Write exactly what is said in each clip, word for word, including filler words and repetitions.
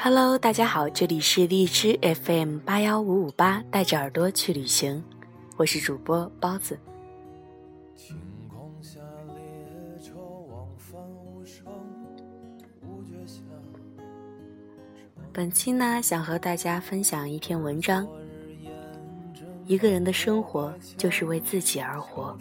Hello， 大家好，这里是荔枝 F M 八一五五八，带着耳朵去旅行，我是主播包子。本期呢，想和大家分享一篇文章，一个人的生活就是为自己而活。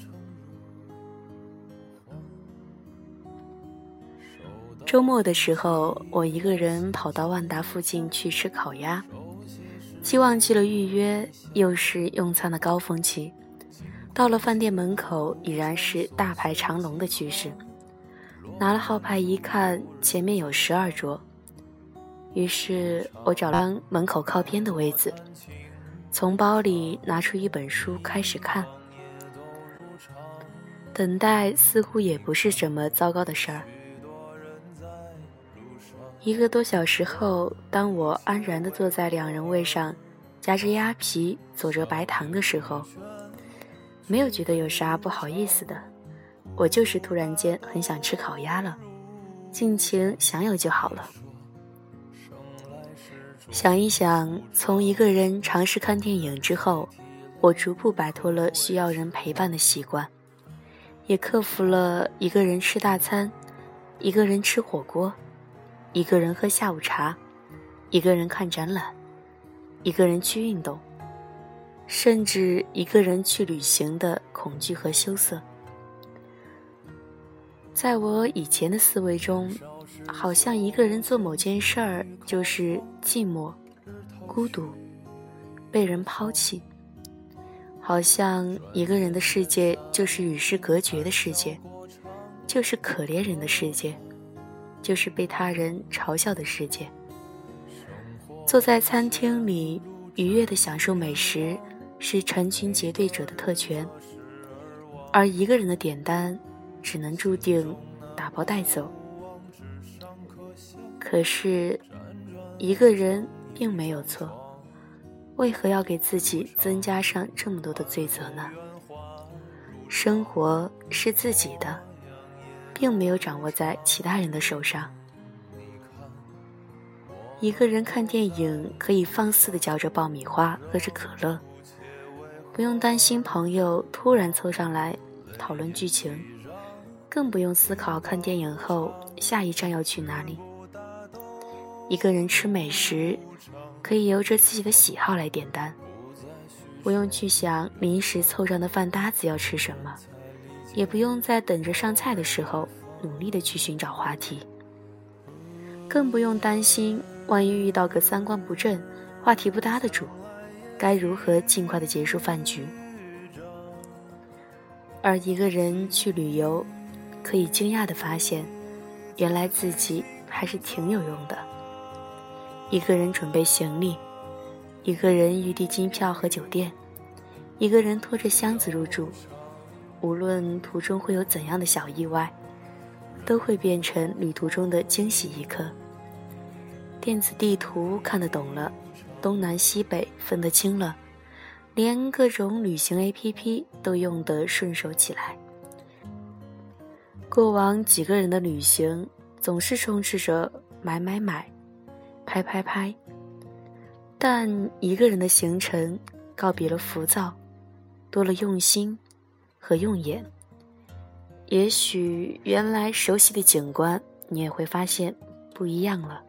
周末的时候，我一个人跑到万达附近去吃烤鸭，既忘记了预约，又是用餐的高峰期。到了饭店门口，已然是大排长龙的趋势。拿了号牌一看，前面有十二桌，于是我找了门口靠边的位子，从包里拿出一本书开始看。等待似乎也不是什么糟糕的事儿。一个多小时后，当我安然地坐在两人位上，夹着鸭皮佐着白糖的时候，没有觉得有啥不好意思的，我就是突然间很想吃烤鸭了，尽情享有就好了。想一想，从一个人尝试看电影之后，我逐步摆脱了需要人陪伴的习惯，也克服了一个人吃大餐，一个人吃火锅，一个人喝下午茶，一个人看展览，一个人去运动，甚至一个人去旅行的恐惧和羞涩。在我以前的思维中，好像一个人做某件事儿就是寂寞、孤独、被人抛弃，好像一个人的世界就是与世隔绝的世界，就是可怜人的世界，就是被他人嘲笑的世界。坐在餐厅里愉悦地享受美食是成群结队者的特权，而一个人的点单只能注定打包带走。可是一个人并没有错，为何要给自己增加上这么多的罪责呢？生活是自己的，并没有掌握在其他人的手上。一个人看电影可以放肆地嚼着爆米花，喝着可乐，不用担心朋友突然凑上来讨论剧情，更不用思考看电影后下一站要去哪里。一个人吃美食可以由着自己的喜好来点单，不用去想临时凑上的饭搭子要吃什么，也不用在等着上菜的时候努力地去寻找话题，更不用担心万一遇到个三观不正、话题不搭的主，该如何尽快地结束饭局。而一个人去旅游，可以惊讶地发现，原来自己还是挺有用的。一个人准备行李，一个人预订机票和酒店，一个人拖着箱子入住，无论途中会有怎样的小意外，都会变成旅途中的惊喜一刻。电子地图看得懂了，东南西北分得清了，连各种旅行 A P P 都用得顺手起来。过往几个人的旅行总是充斥着买买买、拍拍拍，但一个人的行程告别了浮躁，多了用心和用眼。也许原来熟悉的景观，你也会发现不一样了。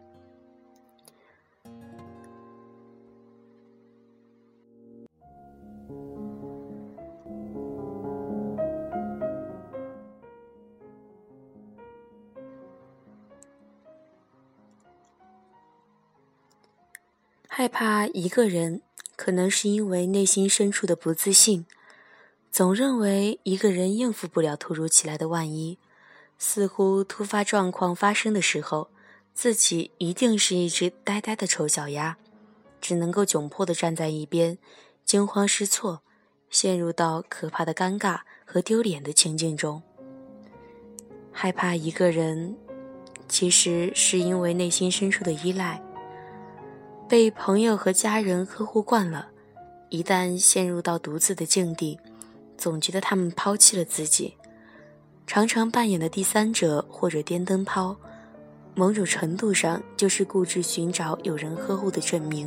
害怕一个人，可能是因为内心深处的不自信，总认为一个人应付不了突如其来的万一，似乎突发状况发生的时候，自己一定是一只呆呆的丑小鸭，只能够窘迫地站在一边，惊慌失措，陷入到可怕的尴尬和丢脸的情境中。害怕一个人，其实是因为内心深处的依赖，被朋友和家人呵护惯了，一旦陷入到独自的境地，总觉得他们抛弃了自己，常常扮演的第三者或者电灯泡， 某种程度上就是固执寻找有人呵护的证明。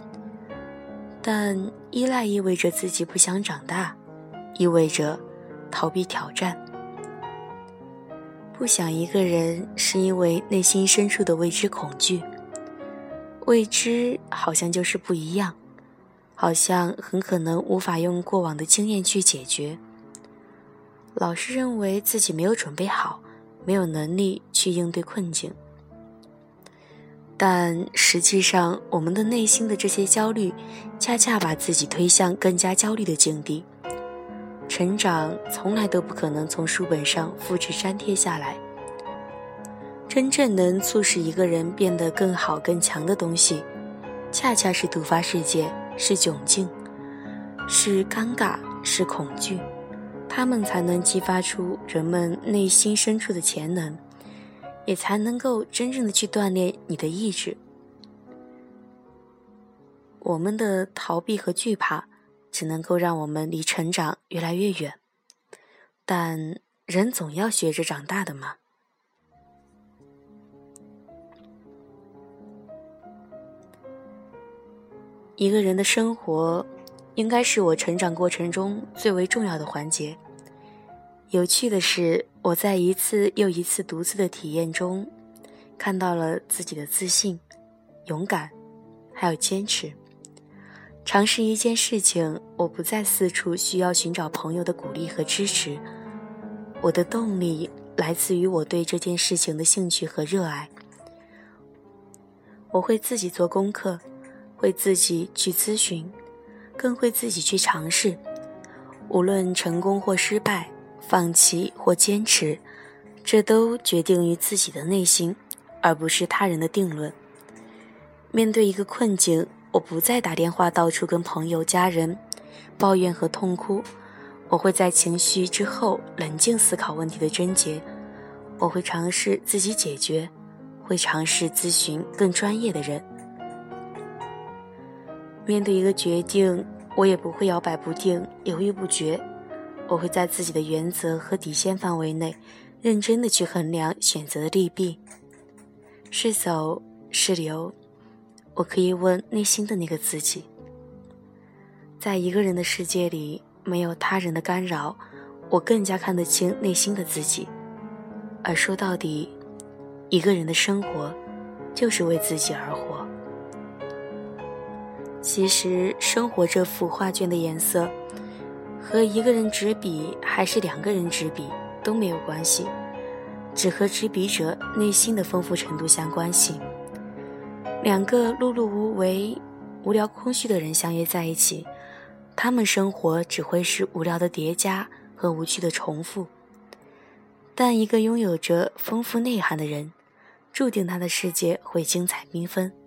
但依赖意味着自己不想长大，意味着逃避挑战。不想一个人是因为内心深处的未知恐惧，未知好像就是不一样，好像很可能无法用过往的经验去解决。老是认为自己没有准备好，没有能力去应对困境。但实际上，我们的内心的这些焦虑，恰恰把自己推向更加焦虑的境地。成长从来都不可能从书本上复制粘贴下来。真正能促使一个人变得更好更强的东西，恰恰是突发事件，是窘境，是尴尬，是恐惧。它们才能激发出人们内心深处的潜能，也才能够真正的去锻炼你的意志。我们的逃避和惧怕只能够让我们离成长越来越远，但人总要学着长大的嘛。一个人的生活应该是我成长过程中最为重要的环节。有趣的是，我在一次又一次独自的体验中，看到了自己的自信、勇敢，还有坚持。尝试一件事情，我不再四处需要寻找朋友的鼓励和支持，我的动力来自于我对这件事情的兴趣和热爱。我会自己做功课，会自己去咨询，更会自己去尝试。无论成功或失败，放弃或坚持，这都决定于自己的内心，而不是他人的定论。面对一个困境，我不再打电话到处跟朋友家人抱怨和痛哭，我会在情绪之后冷静思考问题的症结，我会尝试自己解决，会尝试咨询更专业的人。面对一个决定，我也不会摇摆不定，犹豫不决，我会在自己的原则和底线范围内认真地去衡量选择的利弊，是走是留，我可以问内心的那个自己。在一个人的世界里，没有他人的干扰，我更加看得清内心的自己。而说到底，一个人的生活就是为自己而活。其实生活这幅画卷的颜色和一个人执笔还是两个人执笔都没有关系，只和执笔者内心的丰富程度相关系。两个碌碌无为、无聊空虚的人相约在一起，他们生活只会是无聊的叠加和无趣的重复。但一个拥有着丰富内涵的人，注定他的世界会精彩缤纷。